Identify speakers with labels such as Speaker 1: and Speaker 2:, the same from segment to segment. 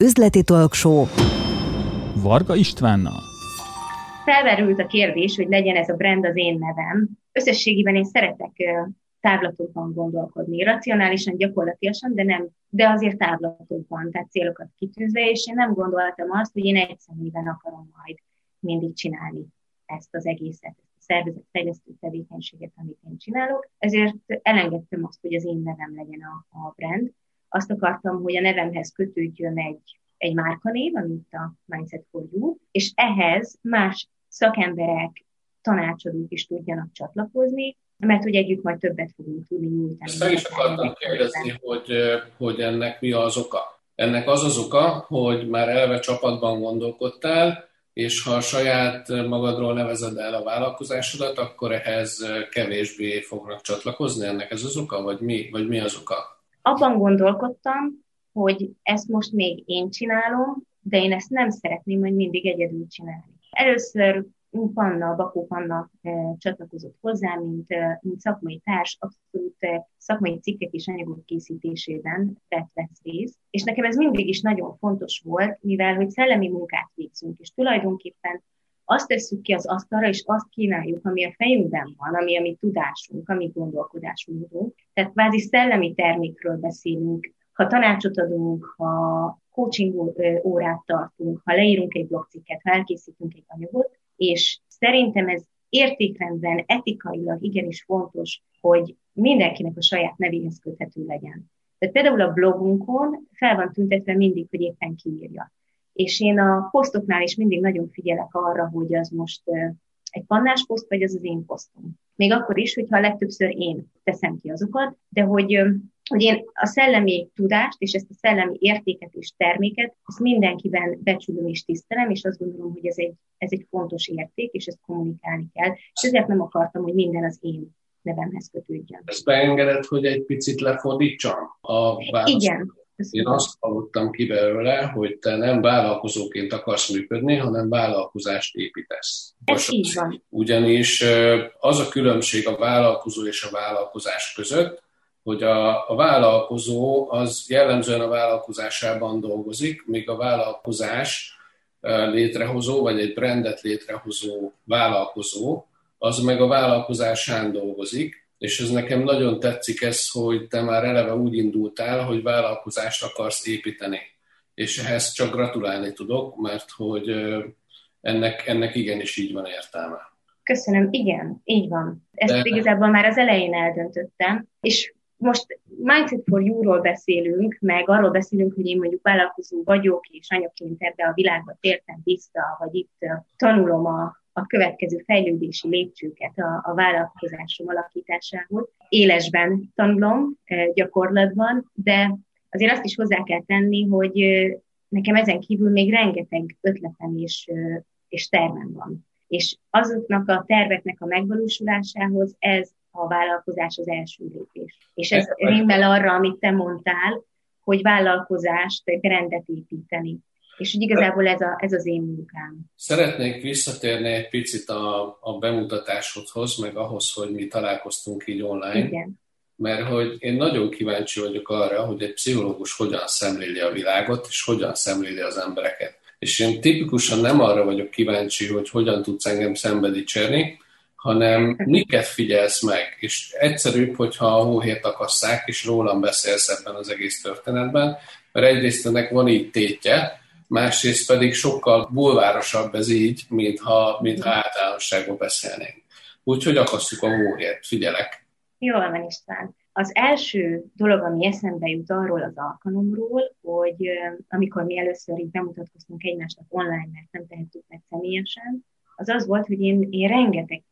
Speaker 1: üzleti talkshow
Speaker 2: Varga Istvánnal.
Speaker 3: Felmerült a kérdés, hogy legyen ez a brand az én nevem. Összességében én szeretek távlatokban gondolkodni, racionálisan, gyakorlatilag, de azért távlatokban, tehát célokat kitűzve, és én nem gondoltam azt, hogy én egy személyben akarom majd mindig csinálni ezt az egészet, ezt a szervezetfejlesztő tevékenységet, amit én csinálok. Ezért elengedtem azt, hogy az én nevem legyen a brand. Azt akartam, hogy a nevemhez kötődjön egy márkanév, amit a Mindset for You, és ehhez más szakemberek, tanácsadók is tudjanak csatlakozni, mert hogy együtt majd többet fogunk tudni nyújtani.
Speaker 4: Ezt meg is akartam kérdezni, hogy ennek mi az oka. Ennek az oka, hogy már eleve csapatban gondolkodtál, és ha saját magadról nevezed el a vállalkozásodat, akkor ehhez kevésbé fognak csatlakozni. Ennek ez az oka, vagy mi az oka?
Speaker 3: Abban gondolkodtam, hogy ezt most még én csinálom, de én ezt nem szeretném majd mindig egyedül csinálni. Először Bakó Panna csatlakozott hozzám, mint szakmai társ, abszolút szakmai cikkek és anyagok készítésében vesz részt. És nekem ez mindig is nagyon fontos volt, mivel hogy szellemi munkát végzünk, és tulajdonképpen azt tesszük ki az asztalra, és azt kínáljuk, ami a fejünkben van, ami a mi tudásunk, a mi gondolkodásmódunk. Tehát kvázi szellemi termékről beszélünk, ha tanácsot adunk, ha coaching órát tartunk, ha leírunk egy blogcikket, ha elkészítünk egy anyagot, és szerintem ez értékrendben, etikailag igenis fontos, hogy mindenkinek a saját nevéhez köthető legyen. Tehát például a blogunkon fel van tüntetve mindig, hogy éppen ki írja. És én a posztoknál is mindig nagyon figyelek arra, hogy az most egy pannás poszt, vagy az én posztom. Még akkor is, hogyha legtöbbször én teszem ki azokat, de hogy én a szellemi tudást és ezt a szellemi értéket és terméket, ezt mindenkiben becsülöm és tisztelem, és azt gondolom, hogy ez egy fontos érték, és ezt kommunikálni kell. És ezért nem akartam, hogy minden az én nevemhez kötődjön.
Speaker 4: Ezt beengedett, hogy egy picit lefordítsam a választ?
Speaker 3: Igen.
Speaker 4: Én azt hallottam ki belőle, hogy te nem vállalkozóként akarsz működni, hanem vállalkozást építesz.
Speaker 3: Ez így van.
Speaker 4: Ugyanis az a különbség a vállalkozó és a vállalkozás között, hogy a vállalkozó az jellemzően a vállalkozásában dolgozik, míg a vállalkozás létrehozó, vagy egy brandet létrehozó vállalkozó, az meg a vállalkozásán dolgozik, és ez nekem nagyon tetszik hogy te már eleve úgy indultál, hogy vállalkozást akarsz építeni. És ehhez csak gratulálni tudok, mert hogy ennek igenis így van értelme.
Speaker 3: Köszönöm, igen, így van. Ezt igazából már az elején eldöntöttem, és most Mindset for You-ról beszélünk, meg arról beszélünk, hogy én mondjuk vállalkozó vagyok, és anyaként ebbe a világba tértem vissza, vagy itt tanulom a következő fejlődési lépcsőket a vállalkozásom alakításához. Élesben tanulom, gyakorlatban, de azért azt is hozzá kell tenni, hogy nekem ezen kívül még rengeteg ötletem és tervem van. És azoknak a terveknek a megvalósulásához ez a vállalkozás az első lépés. És ez rímel arra, amit te mondtál, hogy vállalkozást, brandet építeni. És úgy igazából ez az én munkám.
Speaker 4: Szeretnék visszatérni egy picit a bemutatásodhoz, meg ahhoz, hogy mi találkoztunk így online.
Speaker 3: Igen.
Speaker 4: Mert hogy én nagyon kíváncsi vagyok arra, hogy egy pszichológus hogyan szemléli a világot, és hogyan szemléli az embereket. És én tipikusan nem arra vagyok kíváncsi, hogy hogyan tudsz engem szembe dicsérni, hanem miket figyelsz meg. És egyszerűbb, hogyha a hóhért akasszák, és rólam beszélsz ebben az egész történetben, mert egyrészt ennek van így tétje, másrészt pedig sokkal bulvárosabb ez így, mintha általánosságban beszélnénk. Úgyhogy akasszuk a hóhért, figyelek.
Speaker 3: Jól van, István. Az első dolog, ami eszembe jut arról az alkalomról, hogy amikor mi először így bemutatkoztunk egymásnak online, mert nem tehettük meg személyesen, az volt, hogy én rengeteg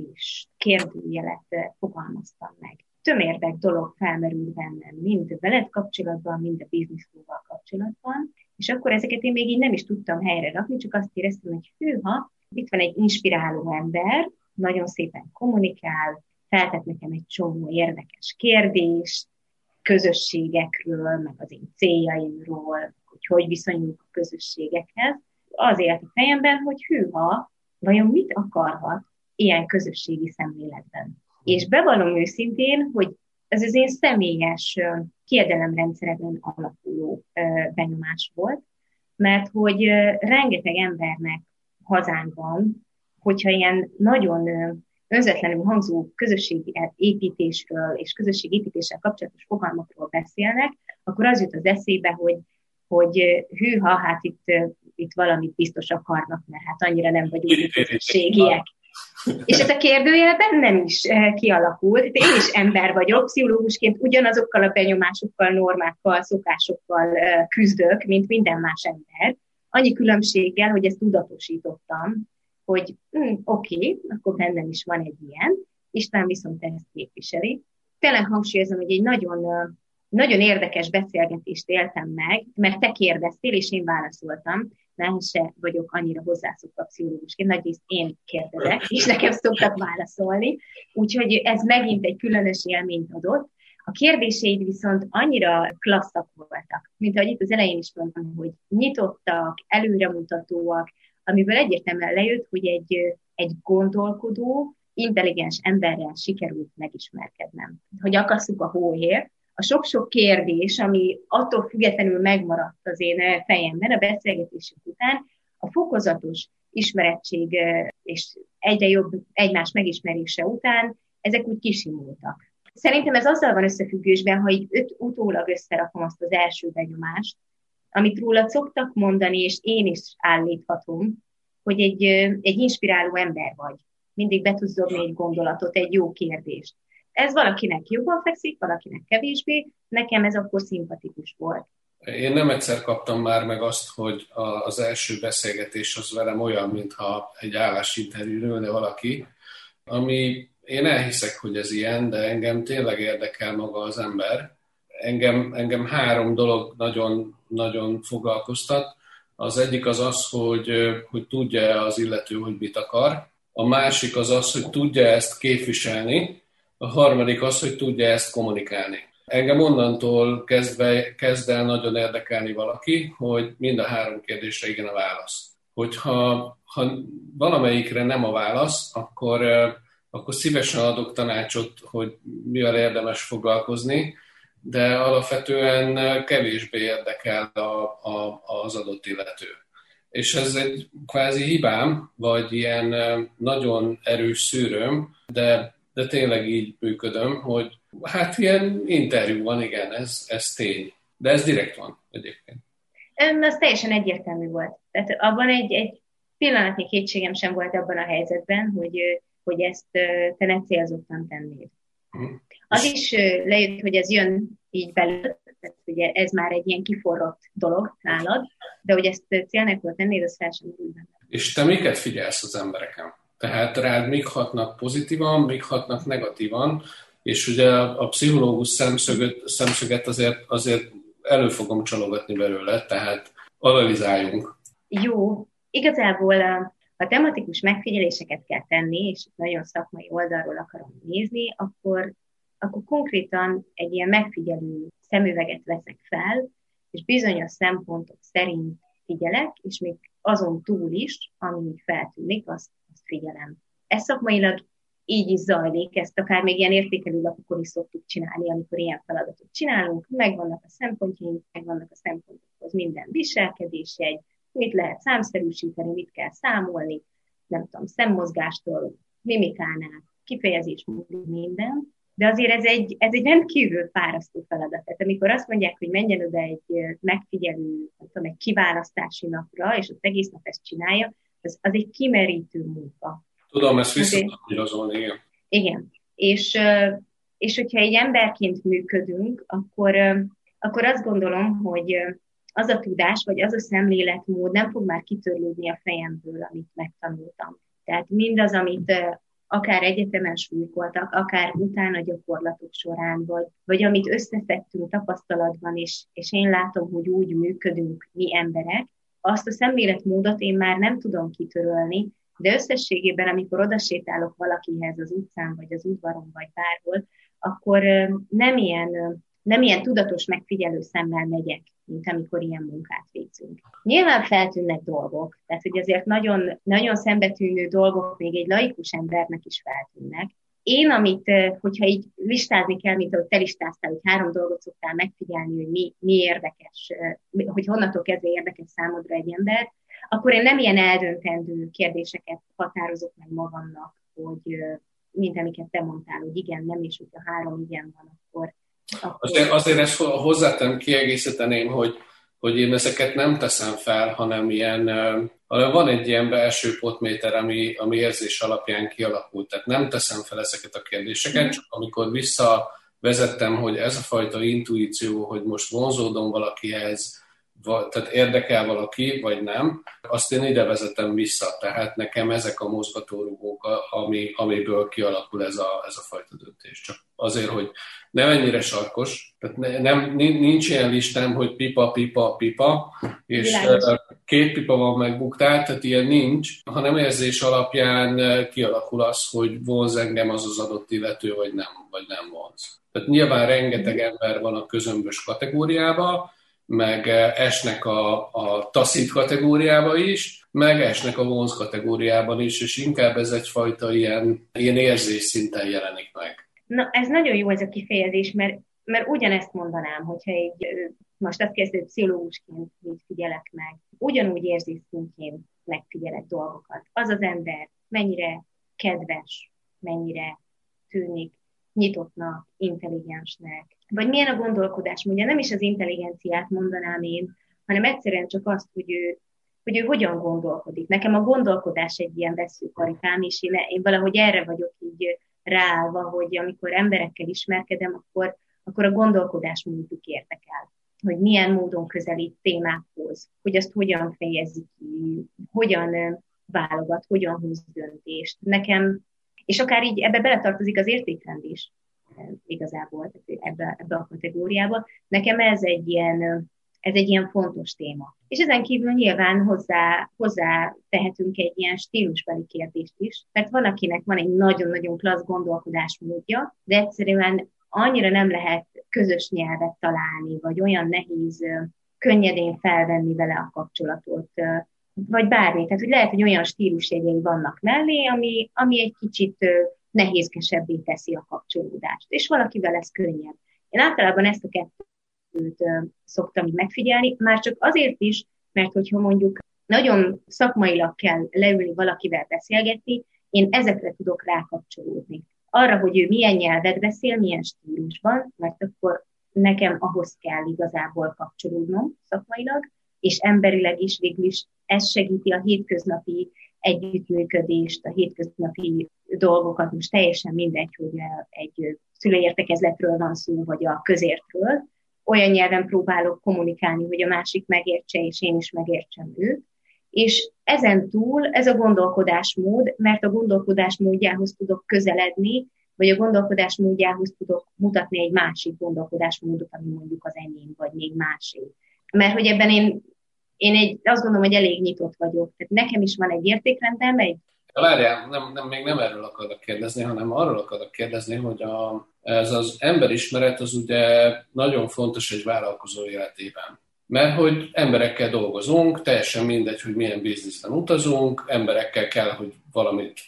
Speaker 3: kérdőjelet fogalmaztam meg. Tömérdek dolog felmerült bennem, mind veled kapcsolatban, mind a bizniszóval kapcsolatban, és akkor ezeket én még így nem is tudtam helyre rakni, csak azt éreztem, hogy hűha, itt van egy inspiráló ember, nagyon szépen kommunikál, feltett nekem egy csomó érdekes kérdést, közösségekről, meg az én céljaimról, hogy viszonyulunk a közösségekhez. Az élt a fejemben, hogy hűha, vajon mit akarhat ilyen közösségi szemléletben. És bevallom őszintén, hogy ez az én személyes kérdelemrendszeremben alapuló benyomás volt, mert hogy rengeteg embernek hazánkban, hogyha ilyen nagyon önzetlenül hangzó közösségi építésről és közösségépítéssel kapcsolatos fogalmakról beszélnek, akkor az jut az eszébe, hogy hűha, hát itt valamit biztos akarnak, mert hát annyira nem vagyunk közösségiek. És ez a kérdőjel bennem is kialakult. Én is ember vagyok, pszichológusként ugyanazokkal a benyomásokkal, normákkal, szokásokkal küzdök, mint minden más ember. Annyi különbséggel, hogy ezt tudatosítottam, hogy oké, akkor bennem is van egy ilyen, István viszont ezt képviseli. Tényleg hangsúlyozom, hogy egy nagyon, nagyon érdekes beszélgetést éltem meg, mert te kérdeztél, és én válaszoltam. Nehez se vagyok annyira hozzászokva pszichológusként, nagyrészt én kérdezek, és nekem szoktak válaszolni. Úgyhogy ez megint egy különös élményt adott. A kérdéseid viszont annyira klasszak voltak, mint ahogy itt az elején is mondtam, hogy nyitottak, előremutatóak, amiből egyértelműen lejött, hogy egy gondolkodó, intelligens emberrel sikerült megismerkednem. Hogy akasszuk a hóhér, a sok-sok kérdés, ami attól függetlenül megmaradt az én fejemben a beszélgetésünk után, a fokozatos ismerettség és egyre jobb egymás megismerése után ezek úgy kisimultak. Szerintem ez azzal van összefüggésben, ha így utólag összerakom azt az első benyomást, amit rólad szoktak mondani, és én is állíthatom, hogy egy inspiráló ember vagy. Mindig be tudsz dobni egy gondolatot, egy jó kérdést. Ez valakinek jobban fekszik, valakinek kevésbé, nekem ez akkor szimpatikus volt.
Speaker 4: Én nem egyszer kaptam már meg azt, hogy az első beszélgetés az velem olyan, mintha egy állásinterjúra ülne valaki, ami én elhiszek, hogy ez ilyen, de engem tényleg érdekel maga az ember. Engem 3 dolog nagyon, nagyon foglalkoztat. Az egyik az, hogy tudja az illető, hogy mit akar. A másik az, hogy tudja ezt képviselni. A harmadik az, hogy tudja ezt kommunikálni. Engem onnantól kezd el nagyon érdekelni valaki, hogy mind a 3 kérdésre igen a válasz. Hogyha valamelyikre nem a válasz, akkor szívesen adok tanácsot, hogy mivel érdemes foglalkozni, de alapvetően kevésbé érdekel az adott illető. És ez egy kvázi hibám, vagy ilyen nagyon erős szűrőm, de tényleg így működöm, hogy hát ilyen interjú van, igen, ez tény. De ez direkt van egyébként.
Speaker 3: Ez teljesen egyértelmű volt. Tehát abban egy pillanatnyi kétségem sem volt abban a helyzetben, hogy ezt te ne célzottan tennéd. Az is lejött, hogy ez jön így belőle, tehát ugye ez már egy ilyen kiforrott dolog nálad, de hogy ezt célnak volt tennéd, az fel sem merül benne.
Speaker 4: És te miket figyelsz az embereken? Tehát rád mik hatnak pozitívan, mik hatnak negatívan, és ugye a pszichológus szemszöget azért elő fogom csalogatni belőle, tehát analizáljunk.
Speaker 3: Jó, igazából ha tematikus megfigyeléseket kell tenni, és nagyon szakmai oldalról akarom nézni, akkor konkrétan egy ilyen megfigyelő szemüveget veszek fel, és bizonyos szempontok szerint figyelek, és még azon túl is, ami feltűnik, azt figyelem. Ez szakmailag így is zajlik, ezt akár még ilyen értékelőlapokon is szoktuk csinálni, amikor ilyen feladatot csinálunk, megvannak a szempontjaink, megvannak a szempontokhoz minden viselkedésjegy, mit lehet számszerűsíteni, mit kell számolni, nem tudom, szemmozgástól, mimikánál, kifejezés, minden, de azért ez egy rendkívül fárasztó feladat. Tehát amikor azt mondják, hogy menjen oda egy megfigyelő, egy kiválasztási napra, és az egész nap ezt csinálja, az egy kimerítő munka.
Speaker 4: Tudom, ezt visszatudni, igen.
Speaker 3: Igen. És hogyha egy emberként működünk, akkor azt gondolom, hogy az a tudás, vagy az a szemléletmód nem fog már kitörlődni a fejemből, amit megtanultam. Tehát mindaz, amit akár egyetemen súlykoltak, akár utána gyakorlatok során, vagy amit összeszedtünk tapasztalatban, és én látom, hogy úgy működünk mi emberek, azt a szemléletmódot én már nem tudom kitörölni, de összességében, amikor odasétálok valakihez az utcán, vagy az udvaron, vagy bárhol, akkor nem ilyen tudatos megfigyelő szemmel megyek, mint amikor ilyen munkát végzünk. Nyilván feltűnnek dolgok, tehát hogy azért nagyon, nagyon szembetűnő dolgok még egy laikus embernek is feltűnnek. hogyha így listázni kell, mint ahogy te listáztál, hogy 3 dolgot szoktál megfigyelni, hogy mi érdekes, hogy honnantól kezdve érdekes számodra egy ember, akkor én nem ilyen eldöntendő kérdéseket határozok meg magamnak, hogy mint amiket te mondtál, hogy igen, nem, és hogyha 3 igen van, akkor...
Speaker 4: Azért ezt hozzátem, kiegészíteném, hogy én ezeket nem teszem fel, hanem van egy ilyen belső potméter, ami érzés alapján kialakult. Tehát nem teszem fel ezeket a kérdéseket, csak amikor visszavezettem, hogy ez a fajta intuíció, hogy most vonzódom valakihez, tehát érdekel valaki, vagy nem, azt én ide vezetem vissza. Tehát nekem ezek a mozgatórugók, amiből kialakul ez a fajta döntés. Csak azért, hogy nem ennyire sarkos, tehát nincs ilyen listám, hogy pipa, pipa, pipa, és 2 pipa van megbuktált, tehát ilyen nincs, hanem érzés alapján kialakul az, hogy vonz engem az adott illető, vagy nem vonz. Tehát nyilván rengeteg ember van a közömbös kategóriában, meg esnek a tacit kategóriába is, meg esnek a vonz kategóriában is, és inkább ez egyfajta ilyen érzés szinten jelenik meg.
Speaker 3: Na, ez nagyon jó ez a kifejezés, mert ugyanezt mondanám, hogyha most azt kezdő pszichológusként figyelek meg, ugyanúgy érzés szintjén megfigyelek dolgokat. Az az ember mennyire kedves, mennyire tűnik nyitottnak, intelligensnek, vagy milyen a gondolkodás, ugye nem is az intelligenciát mondanám én, hanem egyszerűen csak azt, hogy ő hogyan gondolkodik. Nekem a gondolkodás egy ilyen veszőkarikám, és én valahogy erre vagyok így ráállva, hogy amikor emberekkel ismerkedem, akkor a gondolkodásmódjuk érdekel. Hogy milyen módon közelít témákhoz, hogy azt hogyan fejezi ki, hogyan válogat, hogyan hoz döntést. Nekem, és akár így ebbe beletartozik az értékrend is igazából, ebbe a kategóriába. Nekem ez egy ilyen fontos téma. És ezen kívül nyilván hozzá tehetünk egy ilyen stílusbeli kérdést is, mert van, akinek van egy nagyon-nagyon klassz gondolkodásmódja, de egyszerűen annyira nem lehet közös nyelvet találni, vagy olyan nehéz könnyedén felvenni vele a kapcsolatot, vagy bármi. Tehát, hogy lehet, hogy olyan stílusjegyei vannak mellé, ami egy kicsit nehézkesebbé teszi a kapcsolódást. És valakivel ez könnyebb. Én általában ezt a kettőt szoktam így megfigyelni, már csak azért is, mert hogyha mondjuk nagyon szakmailag kell leülni valakivel beszélgetni, én ezekre tudok rákapcsolódni. Arra, hogy ő milyen nyelvet beszél, milyen stílusban, mert akkor nekem ahhoz kell igazából kapcsolódnom szakmailag, és emberileg is végül is ez segíti a hétköznapi együttműködést, a hétköznapi dolgokat, most teljesen mindegy, hogy egy szülőértekezletről van szó, vagy a közértről. Olyan nyelven próbálok kommunikálni, hogy a másik megértse, és én is megértsem őt. És ezen túl ez a gondolkodásmód, mert a gondolkodásmódjához tudok közeledni, vagy a gondolkodásmódjához tudok mutatni egy másik gondolkodásmódot, ami mondjuk az enyém, vagy még másé. Mert hogy ebben én azt gondolom, hogy elég nyitott vagyok. Tehát nekem is van egy értékrendem,
Speaker 4: Várjál, még nem erről akarok kérdezni, hanem arról akarok kérdezni, hogy ez az emberismeret az ugye nagyon fontos egy vállalkozó életében. Mert hogy emberekkel dolgozunk, teljesen mindegy, hogy milyen bizniszben utazunk, emberekkel kell, hogy valamit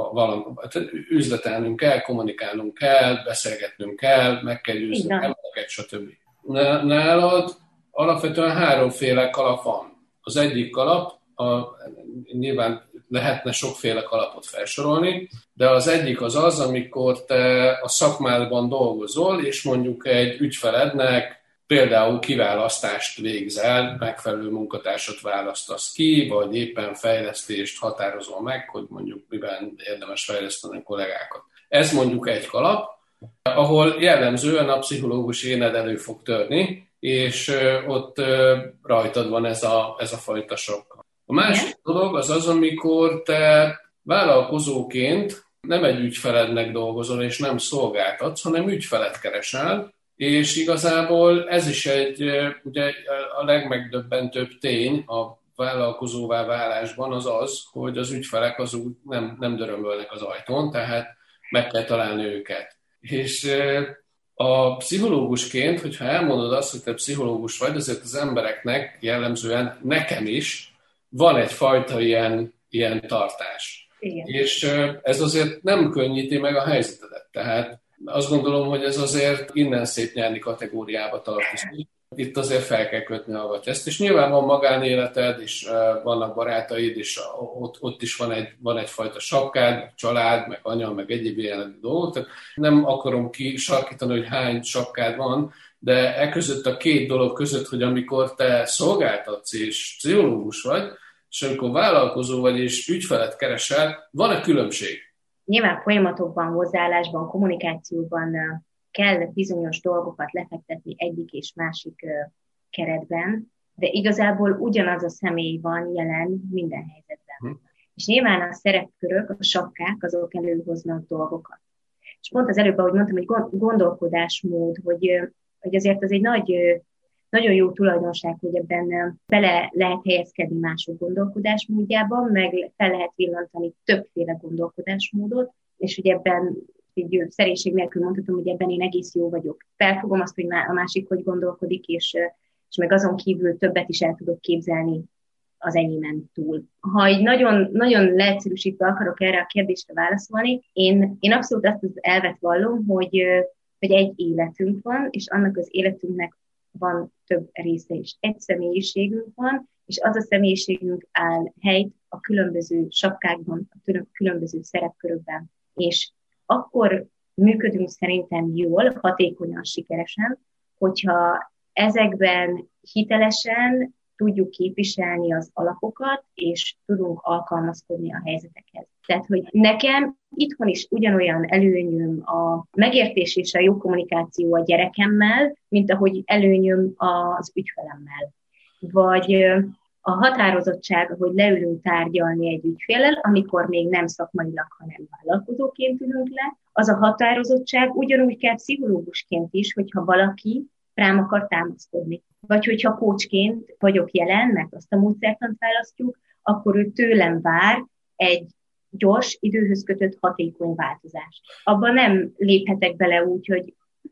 Speaker 4: üzletelnünk kell, kommunikálnunk kell, beszélgetnünk kell, meg kell győznünk embereket, stb. Nálad alapvetően 3 kalap van. Az egyik kalap, nyilván lehetne sokféle kalapot felsorolni, de az egyik az, amikor te a szakmádban dolgozol, és mondjuk egy ügyfelednek például kiválasztást végzel, megfelelő munkatársat választasz ki, vagy éppen fejlesztést határozol meg, hogy mondjuk miben érdemes fejleszteni a kollégákat. Ez mondjuk egy kalap, ahol jellemzően a pszichológus éned elő fog törni, és ott rajtad van ez a fajta sok. A másik dolog az, amikor te vállalkozóként nem egy ügyfelednek dolgozol, és nem szolgáltatsz, hanem ügyfelet keresel, és igazából ez is ugye a legmegdöbbentőbb tény a vállalkozóvá válásban az, hogy az ügyfelek azok nem dörömbölnek az ajtón, tehát meg kell találni őket. És a pszichológusként, hogyha elmondod azt, hogy te pszichológus vagy, azért az embereknek jellemzően nekem is van egyfajta ilyen tartás.
Speaker 3: Igen.
Speaker 4: És ez azért nem könnyíti meg a helyzetedet. Tehát azt gondolom, hogy ez azért innen szép nyerni kategóriába tartozik. Itt azért fel kell kötni a gatyászt. És nyilván van magánéleted, és vannak barátaid, és ott is van egyfajta sapkád, meg család, meg anya, meg egyéb ilyen dolgok. Tehát nem akarom kisarkítani, hogy hány sapkád van, de e között a két dolog között, hogy amikor te szolgáltatsz és pszichológus vagy, és amikor vállalkozó vagy és ügyfelet keresel, van-e különbség?
Speaker 3: Nyilván folyamatokban, hozzáállásban, kommunikációban kell bizonyos dolgokat lefektetni egyik és másik keretben, de igazából ugyanaz a személy van jelen minden helyzetben. És nyilván a szerepkörök, a sapkák, azok előhoznak dolgokat. És pont az előbb, ahogy mondtam, hogy gondolkodásmód, hogy azért az egy nagyon jó tulajdonság, hogy ebben bele lehet helyezkedni mások gondolkodásmódjában, meg fel lehet villantani többféle gondolkodásmódot, és ugye ebben így szerénység nélkül mondhatom, hogy ebben én egész jó vagyok. Felfogom azt, hogy a másik hogy gondolkodik, és meg azon kívül többet is el tudok képzelni az enyémen túl. Ha így nagyon, nagyon leegyszerűsítve akarok erre a kérdésre válaszolni, én abszolút azt az elvet vallom, hogy egy életünk van, és annak az életünknek van több része is. Egy személyiségünk van, és az a személyiségünk áll helyt a különböző sapkákban, a különböző szerepkörökben. És akkor működünk szerintem jól, hatékonyan, sikeresen, hogyha ezekben hitelesen tudjuk képviselni az alapokat, és tudunk alkalmazkodni a helyzetekhez. Tehát, hogy nekem itthon is ugyanolyan előnyöm a megértés és a jó kommunikáció a gyerekemmel, mint ahogy előnyöm az ügyfelemmel. Vagy a határozottság, hogy leülünk tárgyalni egy ügyféllel, amikor még nem szakmailag, hanem vállalkozóként ülünk le, az a határozottság ugyanúgy kell pszichológusként is, hogyha valaki rám akar támaszkodni. Vagy hogyha coachként vagyok jelen, mert azt a módszertant választjuk, akkor ő tőlem vár egy gyors, időhöz kötött hatékony változást. Abban nem léphetek bele úgy, hogy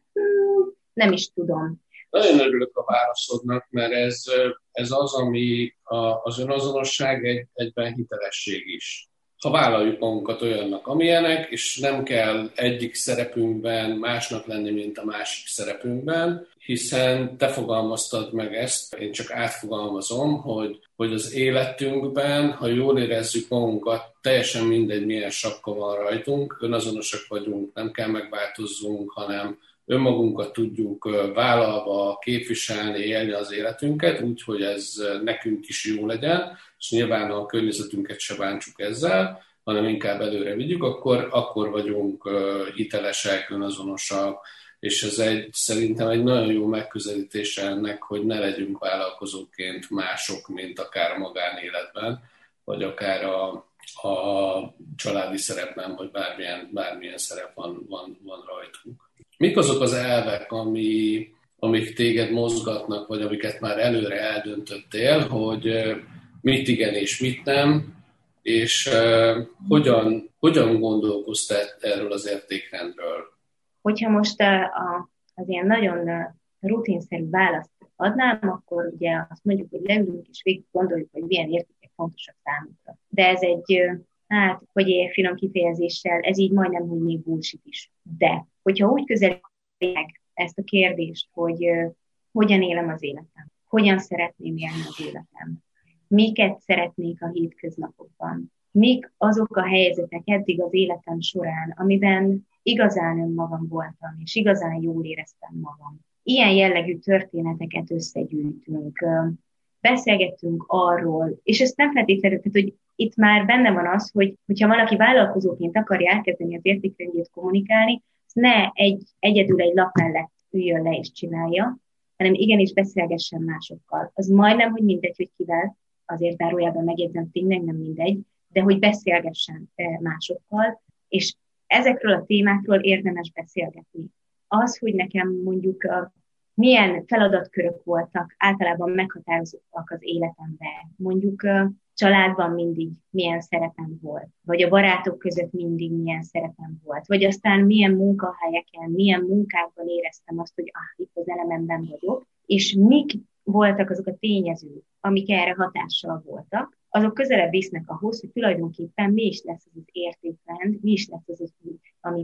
Speaker 3: nem is tudom.
Speaker 4: Nagyon örülök a válaszodnak, mert ez az, ami az önazonosság egyben hitelesség is. Ha vállaljuk magunkat olyannak, amilyenek, és nem kell egyik szerepünkben másnak lenni, mint a másik szerepünkben, hiszen te fogalmaztad meg ezt, én csak átfogalmazom, hogy az életünkben, ha jól érezzük magunkat, teljesen mindegy, milyen sapka van rajtunk, önazonosak vagyunk, nem kell megváltozzunk, hanem önmagunkat tudjuk vállalva képviselni, élni az életünket, úgyhogy ez nekünk is jó legyen, és nyilván a környezetünket se bántsuk ezzel, hanem inkább előre vigyük, akkor vagyunk hitelesek, önazonosak, és ez szerintem egy nagyon jó megközelítése ennek, hogy ne legyünk vállalkozóként mások, mint akár a magánéletben, vagy akár a családi szerepben, vagy bármilyen szerep van rajtunk. Mik azok az elvek, amik téged mozgatnak, vagy amiket már előre eldöntöttél, hogy mit igen és mit nem, és hogyan gondolkozz te erről az értékrendről?
Speaker 3: Hogyha most az ilyen nagyon rutinszerű választ adnám, akkor ugye azt mondjuk, hogy leülünk és végig gondoljuk, hogy milyen értékek fontosak számunkra. De ez egy, hogy ilyen finom kifejezéssel, ez így majdnem, hogy még bullshit is. De hogyha úgy közelítjük ezt a kérdést, hogy hogyan élem az életem, hogyan szeretném élni az életem, miket szeretnék a hétköznapokban, mik azok a helyzetek eddig az életem során, amiben igazán önmagam voltam, és igazán jól éreztem magam. Ilyen jellegű történeteket összegyűjtünk, beszélgettünk arról, és ezt nem feltétlenül, tehát, hogy itt már benne van az, hogyha valaki vállalkozóként akarja elkezdeni az értékrendjét kommunikálni, ne egyedül egy lap mellett üljön le és csinálja, hanem igenis beszélgessen másokkal. Az majdnem, hogy mindegy, hogy kivel, azért zárójában megjegyzem, tényleg nem mindegy, de hogy beszélgessen másokkal, és ezekről a témákról érdemes beszélgetni. Az, hogy nekem mondjuk milyen feladatkörök voltak, általában meghatározottak az életemben, mondjuk családban mindig milyen szerepem volt, vagy a barátok között mindig milyen szerepem volt, vagy aztán milyen munkahelyeken, milyen munkákban éreztem azt, hogy itt az elememben vagyok, és mik voltak azok a tényezők, amik erre hatással voltak, azok közelebb visznek ahhoz, hogy tulajdonképpen mi is lesz az az értékrend, mi is lesz az az út,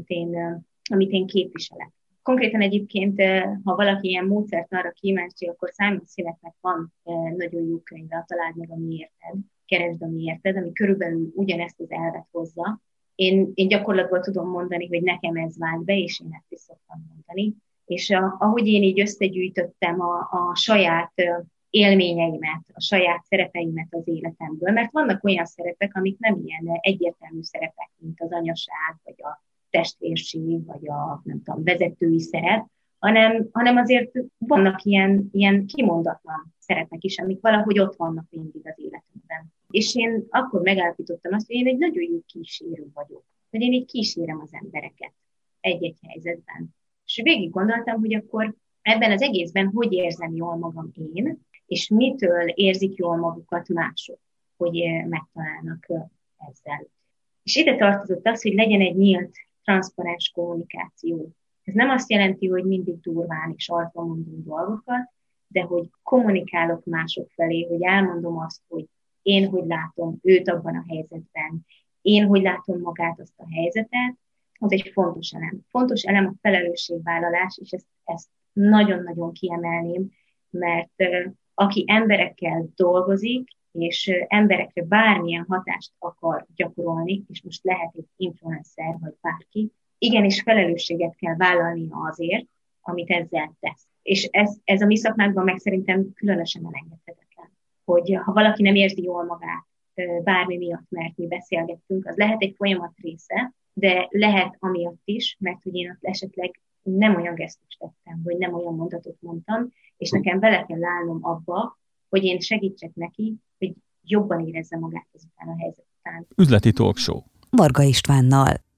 Speaker 3: amit én képviselek. Konkrétan egyébként, ha valaki ilyen módszert arra kíváncsi, akkor Simon Sineknek van nagyon jó könyve, a Találd meg a miérted, keresd a miérted, ami körülbelül ugyanezt az elvet hozza. Én gyakorlatból tudom mondani, hogy nekem ez vált be, és én ezt is szoktam mondani. És ahogy én így összegyűjtöttem a saját élményeimet, a saját szerepeimet az életemből, mert vannak olyan szerepek, amik nem ilyen egyértelmű szerepek, mint az anyaság, vagy a testvérség, vagy a nem tudom, vezetői szerep, hanem azért vannak ilyen kimondatlan szerepek is, amik valahogy ott vannak mindig az életünkben. És én akkor megállapítottam azt, hogy én egy nagyon jó kísérő vagyok, hogy én így kísérem az embereket egy-egy helyzetben. És végig gondoltam, hogy akkor ebben az egészben hogy érzem jól magam én, és mitől érzik jól magukat mások, hogy megtalálnak ezzel. És ide tartozott az, hogy legyen egy nyílt, transzparens kommunikáció. Ez nem azt jelenti, hogy mindig durván és arcban mondunk dolgokat, de hogy kommunikálok mások felé, hogy elmondom azt, hogy én hogy látom őt abban a helyzetben, én hogy látom magát azt a helyzetet, az egy fontos elem. Fontos elem a felelősségvállalás, és ezt nagyon-nagyon kiemelném, mert aki emberekkel dolgozik, és emberekre bármilyen hatást akar gyakorolni, és most lehet egy influencer vagy bárki, igenis felelősséget kell vállalnia azért, amit ezzel tesz. És ez a mi szakmánkban meg szerintem különösen elengedhetetlen, hogy ha valaki nem érzi jól magát bármi miatt, mert mi beszélgettünk, az lehet egy folyamat része, de lehet amiatt is, mert hogy én ott esetleg nem olyan gesztust tettem, vagy nem olyan mondatot mondtam, és nekem bele kell állnom abba, hogy én segítsek neki, hogy jobban érezze magát ezután a helyzet után.
Speaker 2: Üzleti talkshow.
Speaker 1: Varga Istvánnal.